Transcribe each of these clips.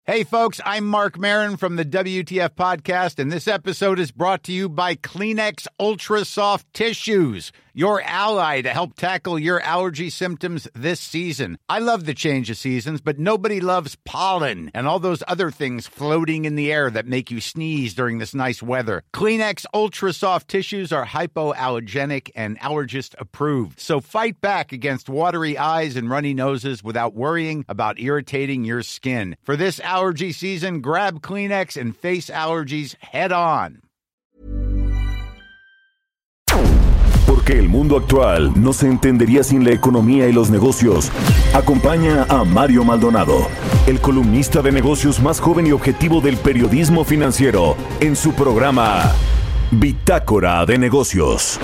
Hey, folks, I'm Mark Maron from the WTF Podcast, and this episode is brought to you by Kleenex Ultra Soft Tissues, your ally to help tackle your allergy symptoms this season. I love the change of seasons, but nobody loves pollen and all those other things floating in the air that make you sneeze during this nice weather. Kleenex Ultra Soft Tissues are hypoallergenic and allergist approved, so fight back against watery eyes and runny noses without worrying about irritating your skin. For this allergy season, grab Kleenex and face allergies head on. Porque el mundo actual no se entendería sin la economía y los negocios. Acompaña a Mario Maldonado, el columnista de negocios más joven y objetivo del periodismo financiero, en su programa Bitácora de Negocios.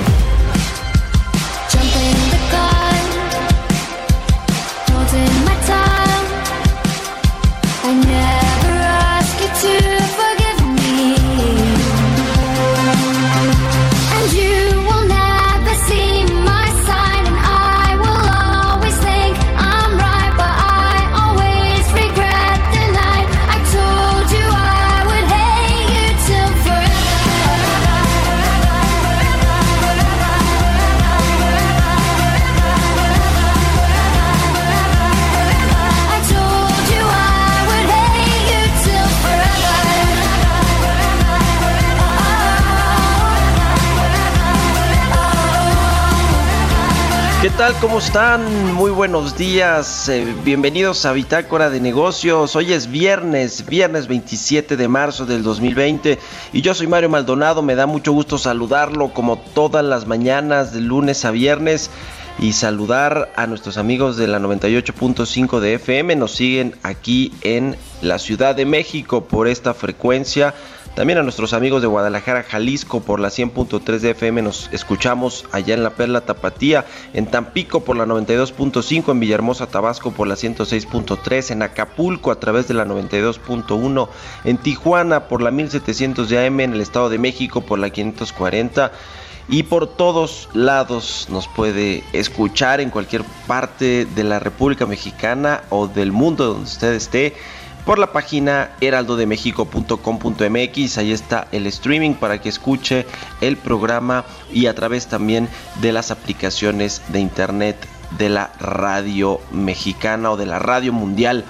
¿Qué tal? ¿Cómo están? Muy buenos días. Bienvenidos a Bitácora de Negocios. Hoy es viernes 27 de marzo del 2020 y yo soy Mario Maldonado. Me da mucho gusto saludarlo como todas las mañanas de lunes a viernes y saludar a nuestros amigos de la 98.5 de FM. Nos siguen aquí en la Ciudad de México por esta frecuencia. También a nuestros amigos de Guadalajara, Jalisco, por la 100.3 de FM, nos escuchamos allá en la Perla Tapatía, en Tampico por la 92.5, en Villahermosa, Tabasco por la 106.3, en Acapulco a través de la 92.1, en Tijuana por la 1700 de AM, en el Estado de México por la 540, y por todos lados nos puede escuchar en cualquier parte de la República Mexicana o del mundo donde usted esté, por la página heraldodemexico.com.mx. Ahí está el streaming para que escuche el programa y a través también de las aplicaciones de internet de la radio mexicana o de la radio mundial.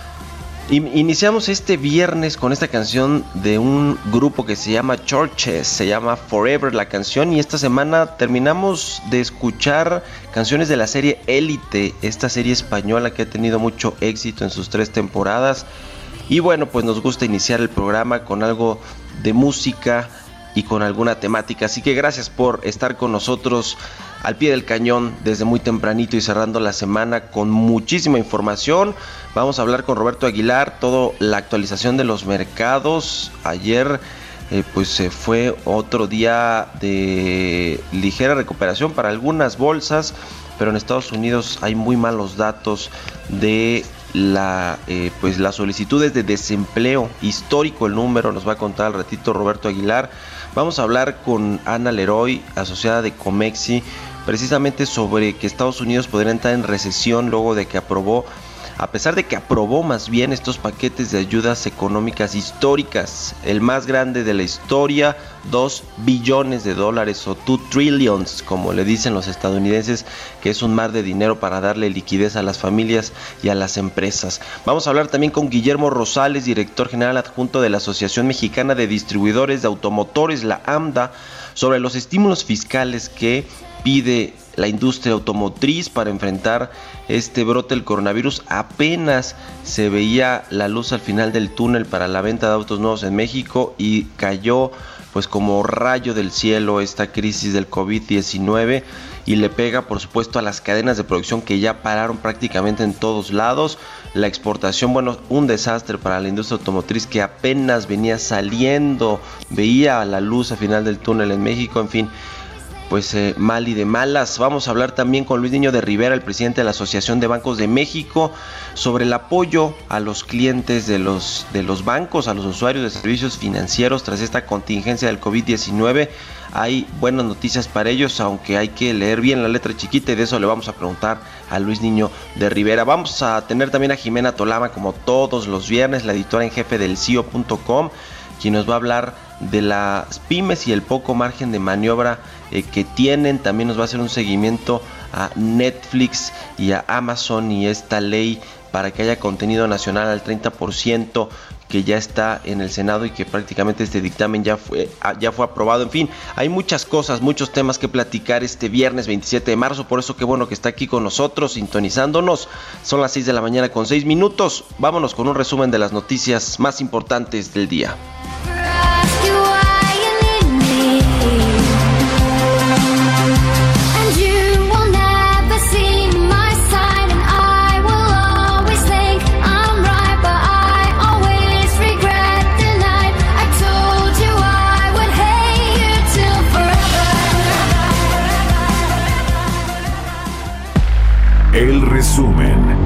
Iniciamos este viernes con esta canción de un grupo que se llama Churches, se llama Forever la canción, y esta semana terminamos de escuchar canciones de la serie Élite, esta serie española que ha tenido mucho éxito en sus 3 temporadas. Y bueno, pues nos gusta iniciar el programa con algo de música y con alguna temática, así que gracias por estar con nosotros al pie del cañón desde muy tempranito y cerrando la semana con muchísima información. Vamos a hablar con Roberto Aguilar, toda la actualización de los mercados. Ayer pues fue otro día de ligera recuperación para algunas bolsas, pero en Estados Unidos hay muy malos datos de las solicitudes de desempleo. Histórico el número, nos va a contar al ratito Roberto Aguilar. Vamos a hablar con Ana Leroy, asociada de Comexi, precisamente sobre que Estados Unidos podría entrar en recesión luego de que aprobó más bien estos paquetes de ayudas económicas históricas, el más grande de la historia, $2 billones o 2 trillions, como le dicen los estadounidenses, que es un mar de dinero para darle liquidez a las familias y a las empresas. Vamos a hablar también con Guillermo Rosales, director general adjunto de la Asociación Mexicana de Distribuidores de Automotores, la AMDA, sobre los estímulos fiscales que pide la industria automotriz para enfrentar este brote del coronavirus. Apenas se veía la luz al final del túnel para la venta de autos nuevos en México y cayó pues como rayo del cielo esta crisis del COVID-19 y le pega por supuesto a las cadenas de producción que ya pararon prácticamente en todos lados. La exportación, bueno, un desastre para la industria automotriz que apenas venía saliendo, veía la luz al final del túnel en México. En fin, mal y de malas. Vamos a hablar también con Luis Niño de Rivera, el presidente de la Asociación de Bancos de México, sobre el apoyo a los clientes de los bancos, a los usuarios de servicios financieros tras esta contingencia del COVID-19. Hay buenas noticias para ellos, aunque hay que leer bien la letra chiquita, y de eso le vamos a preguntar a Luis Niño de Rivera. Vamos a tener también a Jimena Tolama, como todos los viernes, la editora en jefe del CIO.com, quien nos va a hablar de las pymes y el poco margen de maniobra que tienen. También nos va a hacer un seguimiento a Netflix y a Amazon y esta ley para que haya contenido nacional al 30%, que ya está en el Senado y que prácticamente este dictamen ya fue aprobado. En fin, hay muchas cosas, muchos temas que platicar este viernes 27 de marzo, por eso qué bueno que está aquí con nosotros, sintonizándonos. Son las 6 de la mañana con 6 minutos. Vámonos con un resumen de las noticias más importantes del día. El resumen.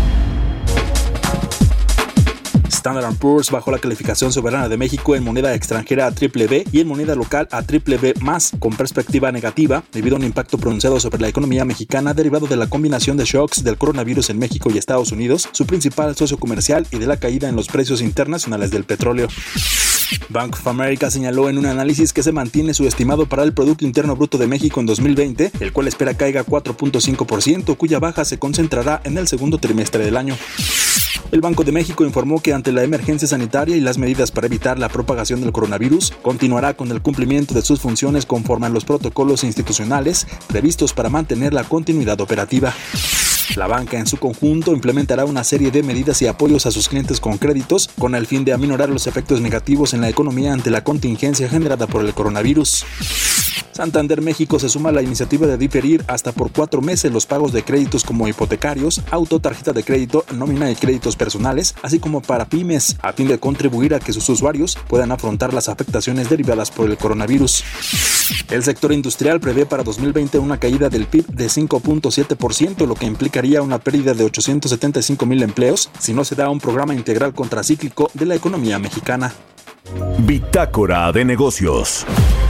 Standard & Poor's bajó la calificación soberana de México en moneda extranjera a BBB y en moneda local a BBB+, con perspectiva negativa, debido a un impacto pronunciado sobre la economía mexicana derivado de la combinación de shocks del coronavirus en México y Estados Unidos, su principal socio comercial, y de la caída en los precios internacionales del petróleo. Bank of America señaló en un análisis que se mantiene su estimado para el Producto Interno Bruto de México en 2020, el cual espera caiga 4.5%, cuya baja se concentrará en el segundo trimestre del año. El Banco de México informó que ante la emergencia sanitaria y las medidas para evitar la propagación del coronavirus, continuará con el cumplimiento de sus funciones conforme a los protocolos institucionales previstos para mantener la continuidad operativa. La banca en su conjunto implementará una serie de medidas y apoyos a sus clientes con créditos con el fin de aminorar los efectos negativos en la economía ante la contingencia generada por el coronavirus. Santander México se suma a la iniciativa de diferir hasta por 4 meses los pagos de créditos como hipotecarios, auto, tarjeta de crédito, nómina y créditos personales, así como para pymes, a fin de contribuir a que sus usuarios puedan afrontar las afectaciones derivadas por el coronavirus. El sector industrial prevé para 2020 una caída del PIB de 5.7%, lo que implicaría una pérdida de 875,000 empleos si no se da un programa integral contracíclico de la economía mexicana. Bitácora de negocios.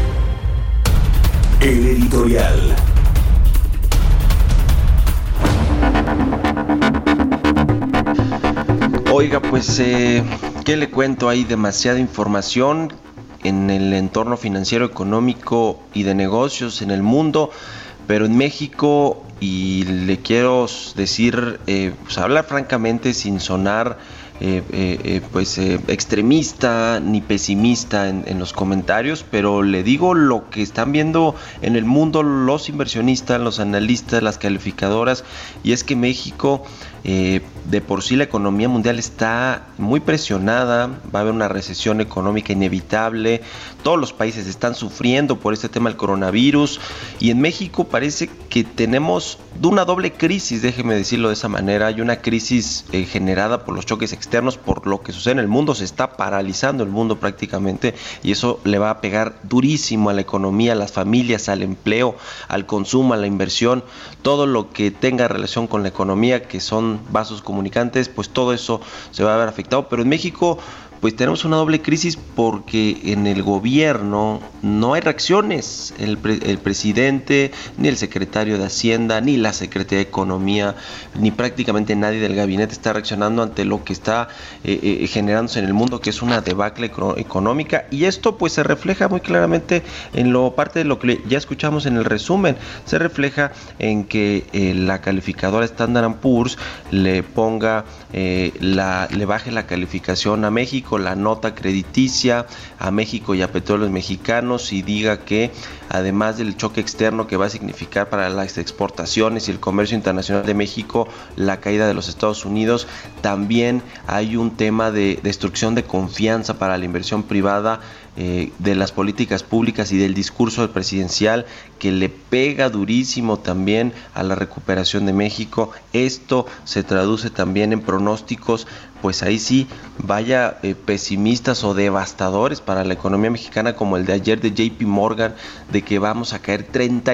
El editorial. Oiga, pues, ¿qué le cuento? Hay demasiada información en el entorno financiero, económico y de negocios en el mundo, pero en México, y le quiero decir, hablar francamente sin sonar extremista ni pesimista en los comentarios, pero le digo lo que están viendo en el mundo los inversionistas, los analistas, las calificadoras, y es que México, de por sí la economía mundial está muy presionada, va a haber una recesión económica inevitable, todos los países están sufriendo por este tema del coronavirus, y en México parece que tenemos una doble crisis, déjeme decirlo de esa manera. Hay una crisis generada por los choques externos, por lo que sucede en el mundo, se está paralizando el mundo prácticamente, y eso le va a pegar durísimo a la economía, a las familias, al empleo, al consumo, a la inversión, todo lo que tenga relación con la economía, que son vasos comunicantes, pues todo eso se va a ver afectado. Pero en México, pues tenemos una doble crisis porque en el gobierno no hay reacciones. El presidente, ni el secretario de Hacienda, ni la secretaria de Economía, ni prácticamente nadie del gabinete está reaccionando ante lo que está generándose en el mundo, que es una debacle económica. Y esto pues se refleja muy claramente en parte de lo que ya escuchamos en el resumen. Se refleja en que la calificadora Standard & Poor's le baje la calificación a México, la nota crediticia a México y a Petróleos Mexicanos, y diga que además del choque externo que va a significar para las exportaciones y el comercio internacional de México la caída de los Estados Unidos, también hay un tema de destrucción de confianza para la inversión privada de las políticas públicas y del discurso presidencial, que le pega durísimo también a la recuperación de México. Esto se traduce también en pronósticos, pues ahí sí, vaya pesimistas o devastadores para la economía mexicana, como el de ayer de JP Morgan, de que vamos a caer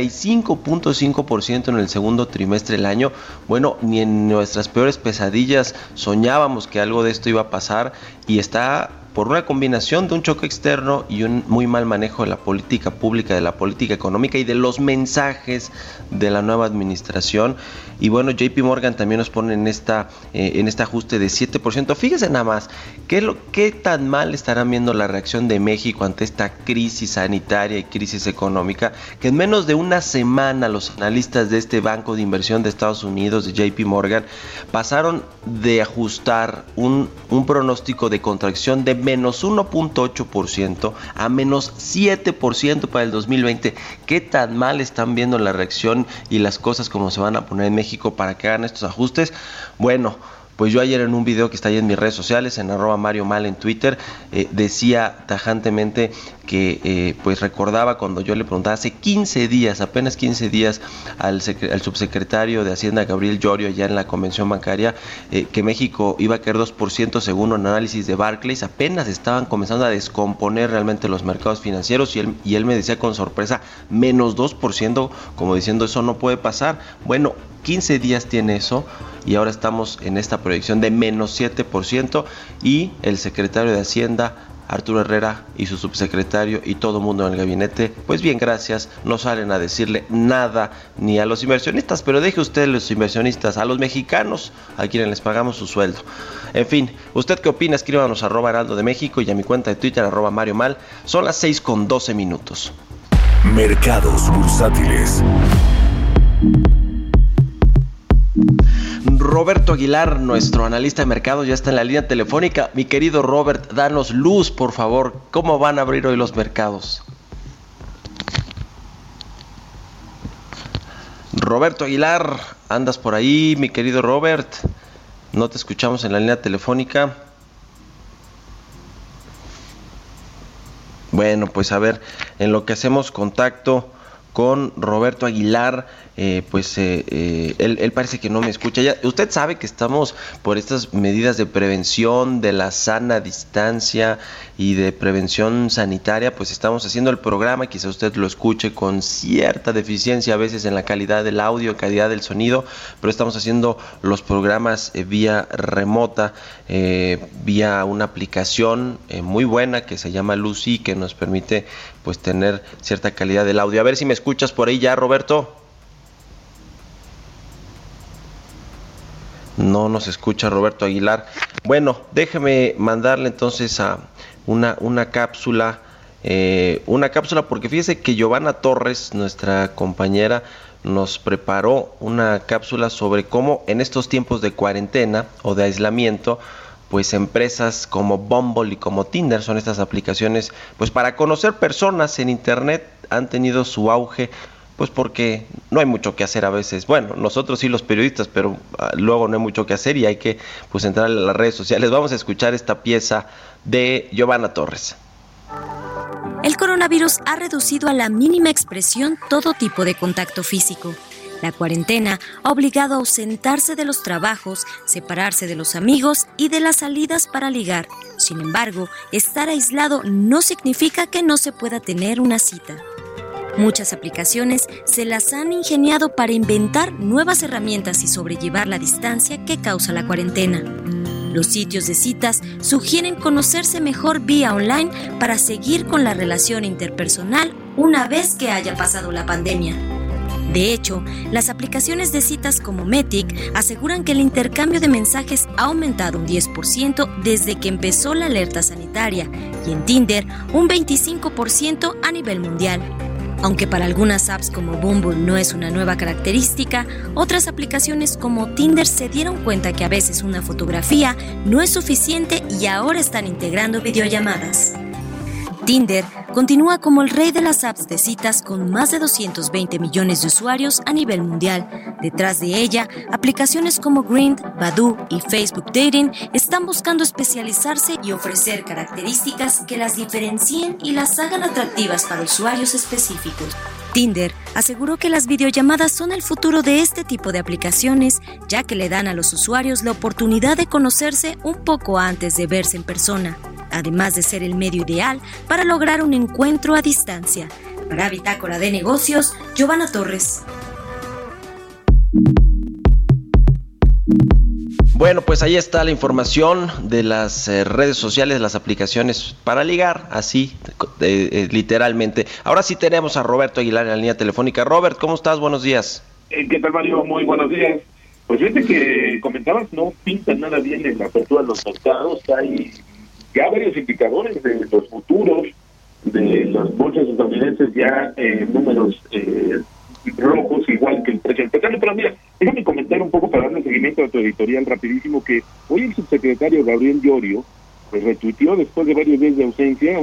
35.5% en el segundo trimestre del año. Bueno, ni en nuestras peores pesadillas soñábamos que algo de esto iba a pasar, y está por una combinación de un choque externo y un muy mal manejo de la política pública, de la política económica y de los mensajes de la nueva administración. Y bueno, JP Morgan también nos pone en este ajuste de 7%. Fíjese nada más, ¿qué tan mal estarán viendo la reacción de México ante esta crisis sanitaria y crisis económica? Que en menos de una semana los analistas de este banco de inversión de Estados Unidos, de JP Morgan, pasaron de ajustar un pronóstico de contracción de menos 1.8% a menos 7% para el 2020. ¿Qué tan mal están viendo la reacción y las cosas como se van a poner en México para que hagan estos ajustes? Bueno, pues yo ayer en un video que está ahí en mis redes sociales, en @MarioMal en Twitter, decía tajantemente que pues recordaba cuando yo le preguntaba hace 15 días, apenas 15 días, al subsecretario de Hacienda, Gabriel Llorio, allá en la convención bancaria, que México iba a caer 2% según un análisis de Barclays. Apenas estaban comenzando a descomponer realmente los mercados financieros, y él me decía con sorpresa, menos 2%, como diciendo, eso no puede pasar. Bueno, 15 días tiene eso, y ahora estamos en esta proyección de menos 7%, y el secretario de Hacienda, Arturo Herrera, y su subsecretario y todo el mundo en el gabinete, pues bien, gracias, no salen a decirle nada ni a los inversionistas, pero deje usted los inversionistas, a los mexicanos, a quienes les pagamos su sueldo. En fin, ¿usted qué opina? Escríbanos a @Heraldo de México y a mi cuenta de Twitter @MarioMal. Son las 6:12. Mercados bursátiles. Roberto Aguilar, nuestro analista de mercados, ya está en la línea telefónica. Mi querido Robert, danos luz, por favor. ¿Cómo van a abrir hoy los mercados? Roberto Aguilar, ¿andas por ahí, mi querido Robert? No te escuchamos en la línea telefónica. Bueno, pues a ver, en lo que hacemos contacto con Roberto Aguilar, él parece que no me escucha. Ya, usted sabe que estamos por estas medidas de prevención, de la sana distancia y de prevención sanitaria, pues estamos haciendo el programa, quizá usted lo escuche con cierta deficiencia a veces en la calidad del audio, calidad del sonido, pero estamos haciendo los programas vía remota, vía una aplicación muy buena que se llama Lucy, que nos permite pues tener cierta calidad del audio. A ver si me escuchas por ahí ya, Roberto. No nos escucha Roberto Aguilar. Bueno, déjeme mandarle entonces a una cápsula, porque fíjese que Giovanna Torres, nuestra compañera, nos preparó una cápsula sobre cómo en estos tiempos de cuarentena o de aislamiento, pues empresas como Bumble y como Tinder, son estas aplicaciones pues para conocer personas en internet, han tenido su auge, pues porque no hay mucho que hacer a veces. Bueno, nosotros sí los periodistas, pero luego no hay mucho que hacer y hay que pues entrar a las redes sociales. Vamos a escuchar esta pieza de Giovanna Torres. El coronavirus ha reducido a la mínima expresión todo tipo de contacto físico. La cuarentena ha obligado a ausentarse de los trabajos, separarse de los amigos y de las salidas para ligar. Sin embargo, estar aislado no significa que no se pueda tener una cita. Muchas aplicaciones se las han ingeniado para inventar nuevas herramientas y sobrellevar la distancia que causa la cuarentena. Los sitios de citas sugieren conocerse mejor vía online para seguir con la relación interpersonal una vez que haya pasado la pandemia. De hecho, las aplicaciones de citas como Meetic aseguran que el intercambio de mensajes ha aumentado un 10% desde que empezó la alerta sanitaria y en Tinder un 25% a nivel mundial. Aunque para algunas apps como Bumble no es una nueva característica, otras aplicaciones como Tinder se dieron cuenta que a veces una fotografía no es suficiente y ahora están integrando videollamadas. Tinder continúa como el rey de las apps de citas con más de 220 millones de usuarios a nivel mundial. Detrás de ella, aplicaciones como Grindr, Badoo y Facebook Dating están buscando especializarse y ofrecer características que las diferencien y las hagan atractivas para usuarios específicos. Tinder aseguró que las videollamadas son el futuro de este tipo de aplicaciones, ya que le dan a los usuarios la oportunidad de conocerse un poco antes de verse en persona, además de ser el medio ideal para lograr un encuentro a distancia. Para Bitácora de Negocios, Giovanna Torres. Bueno, pues ahí está la información de las redes sociales, las aplicaciones para ligar, así, literalmente. Ahora sí tenemos a Roberto Aguilar en la línea telefónica. Robert, ¿cómo estás? Buenos días. ¿Qué tal, Mario? Muy buenos días. Pues fíjate que comentabas, no pinta nada bien en la apertura de los mercados. Hay ya varios indicadores de los futuros de las bolsas estadounidenses, ya números rojos, igual que el precio del petróleo. Pero mira, déjame comentar un poco para darle seguimiento a tu editorial rapidísimo, que hoy el subsecretario Gabriel Llorio pues retuiteó después de varios días de ausencia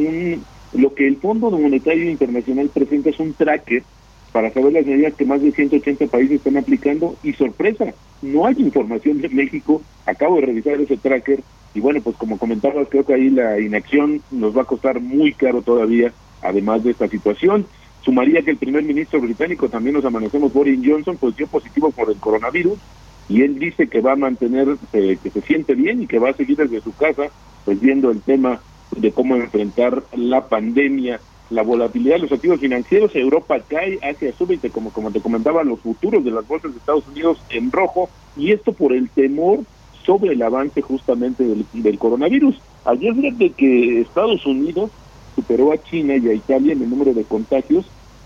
lo que el Fondo Monetario Internacional presenta es un tracker para saber las medidas que más de 180 países están aplicando, y sorpresa, no hay información de México. Acabo de revisar ese tracker y bueno, pues como comentabas, creo que ahí la inacción nos va a costar muy caro todavía, además de esta situación. Sumaría que el primer ministro británico, también nos amanecemos, Boris Johnson, pues dio positivo por el coronavirus, y él dice que va a mantener, que se siente bien y que va a seguir desde su casa, pues viendo el tema de cómo enfrentar la pandemia. La volatilidad de los activos financieros, Europa cae, Asia sube, y como te comentaba, los futuros de las bolsas de Estados Unidos en rojo, y esto por el temor sobre el avance justamente del coronavirus. Ayer fíjate que Estados Unidos superó a China y a Italia en el número de contagios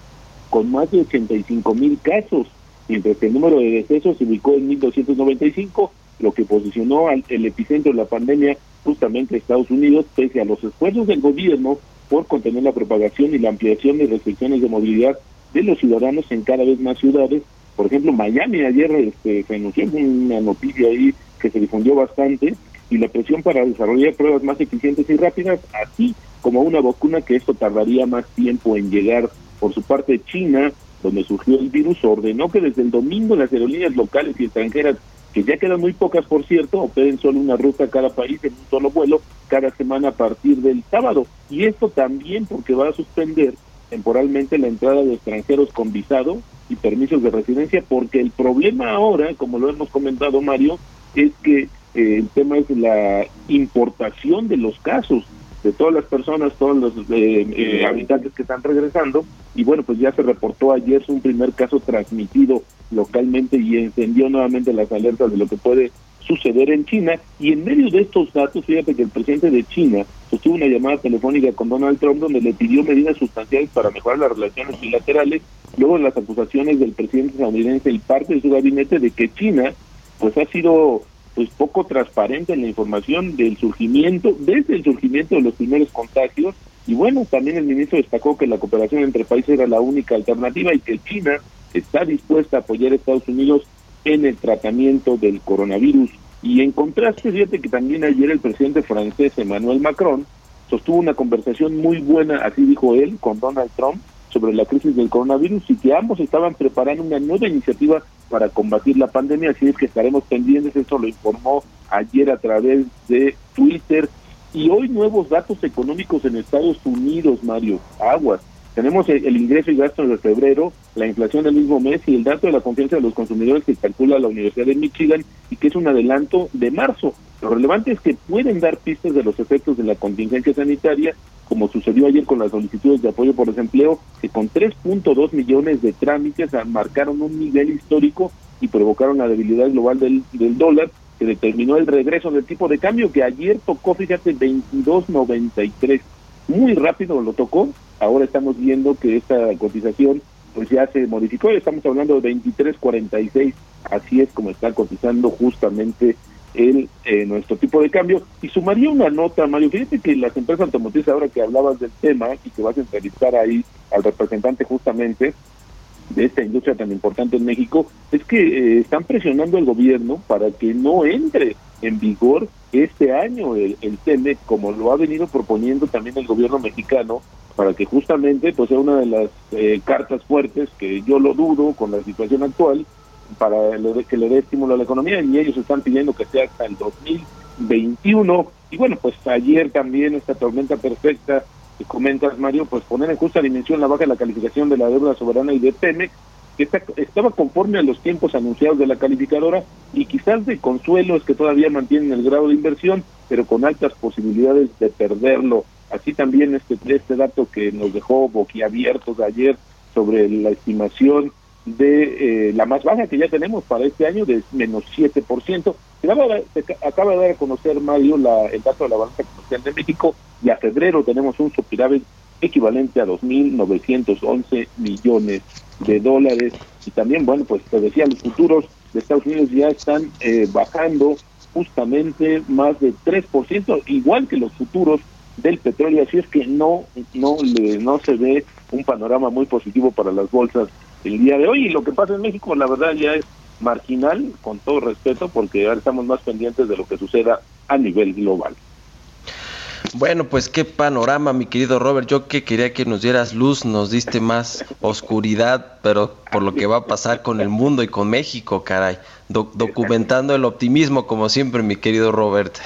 con más de 85,000 casos, mientras que el número de decesos se ubicó en 1,295, lo que posicionó el epicentro de la pandemia justamente a Estados Unidos, pese a los esfuerzos del gobierno por contener la propagación y la ampliación de restricciones de movilidad de los ciudadanos en cada vez más ciudades. Por ejemplo, Miami ayer se anunció una noticia ahí que se difundió bastante, y la presión para desarrollar pruebas más eficientes y rápidas, así como una vacuna, que esto tardaría más tiempo en llegar. Por su parte, China, donde surgió el virus, ordenó que desde el domingo las aerolíneas locales y extranjeras, que ya quedan muy pocas por cierto, operen solo una ruta a cada país en un solo vuelo cada semana a partir del sábado. Y esto también porque va a suspender temporalmente la entrada de extranjeros con visado y permisos de residencia, porque el problema ahora, como lo hemos comentado, Mario, es que el tema es la importación de los casos, de todas las personas, todos los habitantes que están regresando, y bueno, pues ya se reportó ayer un primer caso transmitido localmente y encendió nuevamente las alertas de lo que puede suceder en China. Y en medio de estos datos, fíjate que el presidente de China sostuvo una llamada telefónica con Donald Trump, donde le pidió medidas sustanciales para mejorar las relaciones bilaterales, luego de las acusaciones del presidente estadounidense y parte de su gabinete de que China pues ha sido pues poco transparente en la información desde el surgimiento de los primeros contagios. Y bueno, también el ministro destacó que la cooperación entre países era la única alternativa y que China está dispuesta a apoyar a Estados Unidos en el tratamiento del coronavirus. Y en contraste, fíjate que también ayer el presidente francés Emmanuel Macron sostuvo una conversación muy buena, así dijo él, con Donald Trump sobre la crisis del coronavirus, y que ambos estaban preparando una nueva iniciativa para combatir la pandemia. Así es que estaremos pendientes. Esto lo informó ayer a través de Twitter. Y hoy nuevos datos económicos en Estados Unidos, Mario, aguas. Tenemos el ingreso y gasto de febrero, la inflación del mismo mes y el dato de la confianza de los consumidores que calcula la Universidad de Michigan, y que es un adelanto de marzo. Lo relevante es que pueden dar pistas de los efectos de la contingencia sanitaria, como sucedió ayer con las solicitudes de apoyo por desempleo, que con 3.2 millones de trámites marcaron un nivel histórico y provocaron la debilidad global del dólar, que determinó el regreso del tipo de cambio, que ayer tocó, fíjate, 22.93. Muy rápido lo tocó. Ahora estamos viendo que esta cotización pues ya se modificó, y estamos hablando de 23.46. Así es como está cotizando justamente nuestro tipo de cambio. Y sumaría una nota, Mario, fíjate que las empresas automotrices, ahora que hablabas del tema y que vas a entrevistar ahí al representante justamente, de esta industria tan importante en México, es que están presionando al gobierno para que no entre en vigor este año el TEMEC, como lo ha venido proponiendo también el gobierno mexicano, para que justamente pues sea una de las cartas fuertes, que yo lo dudo con la situación actual, para que le dé estímulo a la economía, y ellos están pidiendo que sea hasta el 2021. Y bueno, pues ayer también esta tormenta perfecta que comentas, Mario, pues poner en justa dimensión la baja de la calificación de la deuda soberana y de Pemex, que estaba conforme a los tiempos anunciados de la calificadora, y quizás de consuelo es que todavía mantienen el grado de inversión, pero con altas posibilidades de perderlo. Así también este dato que nos dejó boquiabiertos ayer sobre la estimación de la más baja que ya tenemos para este año, de menos 7%. Se acaba de dar a conocer, Mario, el dato de la balanza comercial de México, y a febrero tenemos un superávit equivalente a 2.911 millones de dólares. Y también, bueno, pues te decía, los futuros de Estados Unidos ya están bajando justamente más de 3%, igual que los futuros del petróleo. Así es que no se ve un panorama muy positivo para las bolsas el día de hoy. Y lo que pasa en México, la verdad, ya es marginal, con todo respeto, porque ahora estamos más pendientes de lo que suceda a nivel global. Bueno, pues qué panorama, mi querido Robert. Yo que quería que nos dieras luz, nos diste más oscuridad, pero por lo que va a pasar con el mundo y con México, caray. Documentando el optimismo, como siempre, mi querido Robert.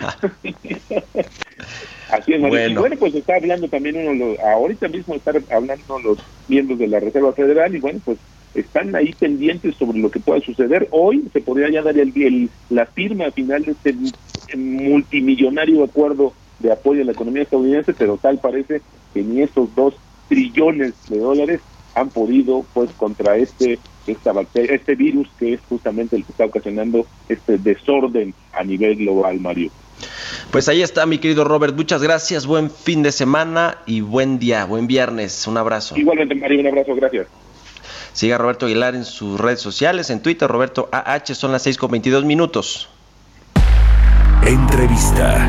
Así es, Mario. Bueno. Y bueno, pues está hablando también ahorita mismo están hablando los miembros de la Reserva Federal, y bueno, pues están ahí pendientes sobre lo que pueda suceder. Hoy se podría ya dar la firma final de este multimillonario acuerdo de apoyo a la economía estadounidense, pero tal parece que ni estos 2 trillones de dólares han podido, pues, contra este virus, que es justamente el que está ocasionando este desorden a nivel global, Mario. Pues ahí está, mi querido Robert, muchas gracias, buen fin de semana y buen día, buen viernes, un abrazo. Igualmente, Mario, un abrazo, gracias. Siga a Roberto Aguilar en sus redes sociales, en Twitter, Roberto AH, son las 6:22. Entrevista.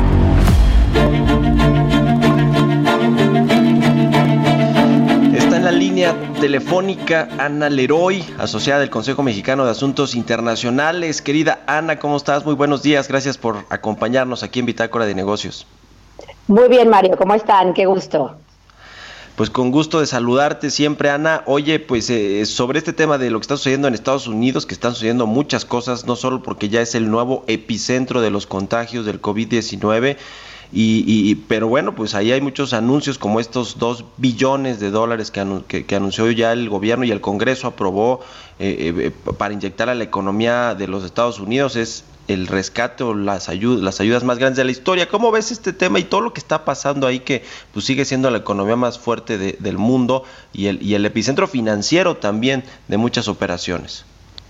Está en la línea telefónica Ana Leroy, asociada del Consejo Mexicano de Asuntos Internacionales. Querida Ana, ¿cómo estás? Muy buenos días, gracias por acompañarnos aquí en Bitácora de Negocios. Muy bien, Mario, ¿cómo están? Qué gusto. Pues con gusto de saludarte siempre, Ana. Oye, pues sobre este tema de lo que está sucediendo en Estados Unidos, que están sucediendo muchas cosas, no solo porque ya es el nuevo epicentro de los contagios del COVID-19, pero bueno, pues ahí hay muchos anuncios como estos 2 billones de dólares que anunció ya el gobierno y el Congreso aprobó para inyectar a la economía de los Estados Unidos. Es el rescate o las ayudas más grandes de la historia. ¿Cómo ves este tema y todo lo que está pasando ahí, que pues sigue siendo la economía más fuerte del mundo y el epicentro financiero también de muchas operaciones?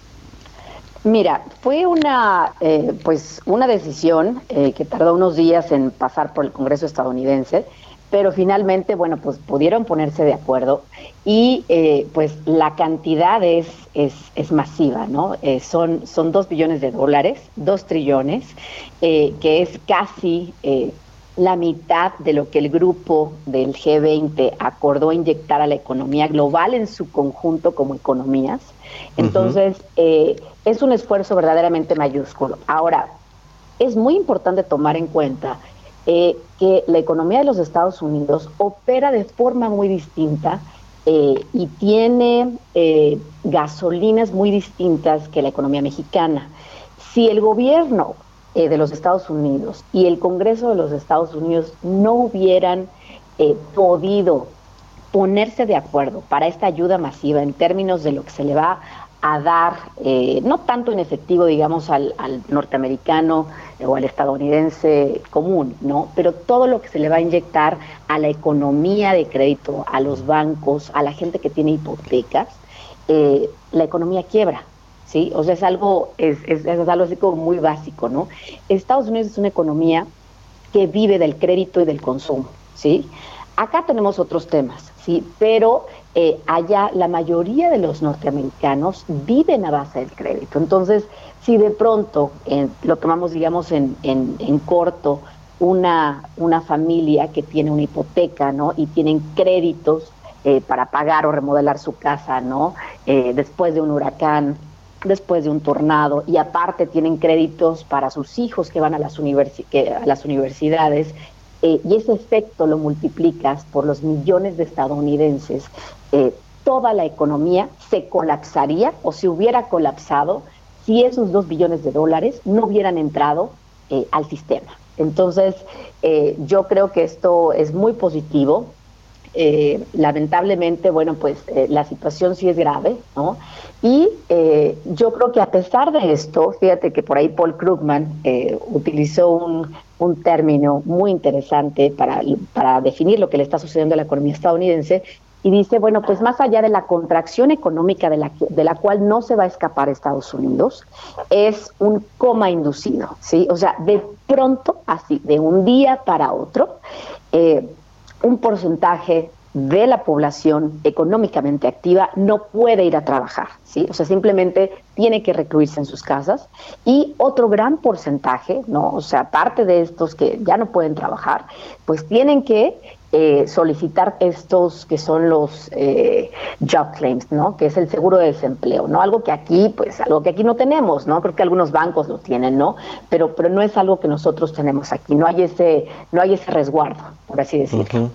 Mira, fue una decisión que tardó unos días en pasar por el Congreso estadounidense, pero finalmente, bueno, pues pudieron ponerse de acuerdo y pues la cantidad es masiva, ¿no? Son 2 billones de dólares, 2 trillones, que es casi la mitad de lo que el grupo del G20 acordó inyectar a la economía global en su conjunto como economías. Entonces, es un esfuerzo verdaderamente mayúsculo. Ahora, es muy importante tomar en cuenta que la economía de los Estados Unidos opera de forma muy distinta y tiene gasolinas muy distintas que la economía mexicana. Si el gobierno de los Estados Unidos y el Congreso de los Estados Unidos no hubieran podido ponerse de acuerdo para esta ayuda masiva en términos de lo que se le va a dar, no tanto en efectivo, digamos, al norteamericano o al estadounidense común, ¿no? Pero todo lo que se le va a inyectar a la economía de crédito, a los bancos, a la gente que tiene hipotecas, la economía quiebra, ¿sí? O sea, es algo así como muy básico, ¿no? Estados Unidos es una economía que vive del crédito y del consumo, ¿sí? Acá tenemos otros temas, sí, pero allá la mayoría de los norteamericanos viven a base del crédito. Entonces, si de pronto lo tomamos, digamos, en corto, una familia que tiene una hipoteca, ¿no? Y tienen créditos para pagar o remodelar su casa, ¿no? Después de un huracán, después de un tornado, y aparte tienen créditos para sus hijos que van a las universidades, y ese efecto lo multiplicas por los millones de estadounidenses, toda la economía se colapsaría o se hubiera colapsado si esos $2 billones no hubieran entrado al sistema. Entonces, yo creo que esto es muy positivo. Lamentablemente, bueno, pues la situación sí es grave, ¿no? Y yo creo que a pesar de esto, fíjate que por ahí Paul Krugman utilizó un término muy interesante para definir lo que le está sucediendo a la economía estadounidense, y dice, bueno, pues más allá de la contracción económica de la cual no se va a escapar Estados Unidos, es un coma inducido, ¿sí? O sea, de pronto, así, de un día para otro, un porcentaje de la población económicamente activa no puede ir a trabajar, ¿sí? O sea, simplemente tiene que recluirse en sus casas, y otro gran porcentaje, ¿no? O sea, aparte de estos que ya no pueden trabajar, pues tienen que solicitar estos que son los job claims, ¿no? Que es el seguro de desempleo, ¿no? Algo que aquí no tenemos, ¿no? Creo que algunos bancos lo tienen, ¿no? Pero no es algo que nosotros tenemos aquí, no hay ese resguardo, por así decirlo.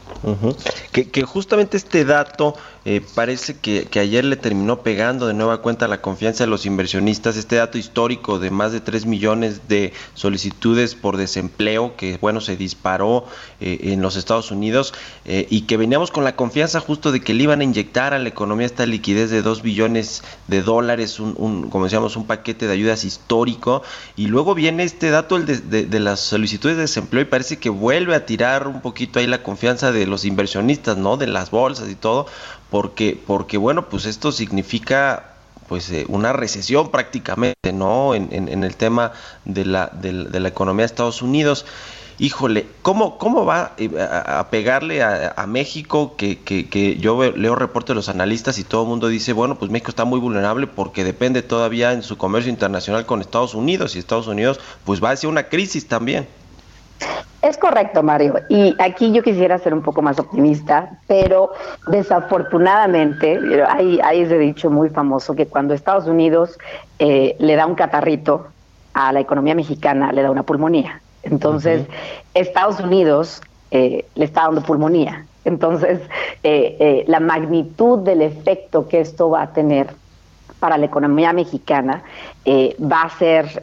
Que justamente este dato parece que ayer le terminó pegando de nueva cuenta la confianza de los inversionistas, este dato histórico de más de 3 millones de solicitudes por desempleo que, bueno, se disparó en los Estados Unidos, y que veníamos con la confianza justo de que le iban a inyectar a la economía esta liquidez de $2 billones, como decíamos, un paquete de ayudas histórico, y luego viene este dato de las solicitudes de desempleo, y parece que vuelve a tirar un poquito ahí la confianza de los inversionistas, ¿no? De las bolsas y todo, porque bueno, pues esto significa pues una recesión prácticamente, ¿no? En el tema de la economía de Estados Unidos. Híjole, ¿cómo va a pegarle a México? Que yo leo reportes de los analistas y todo el mundo dice, bueno, pues México está muy vulnerable porque depende todavía en su comercio internacional con Estados Unidos, y Estados Unidos pues va hacia una crisis también. Es correcto, Mario, y aquí yo quisiera ser un poco más optimista, pero desafortunadamente hay ese dicho muy famoso que cuando Estados Unidos le da un catarrito a la economía mexicana, le da una pulmonía. Entonces, Estados Unidos le está dando pulmonía. Entonces, la magnitud del efecto que esto va a tener para la economía mexicana va a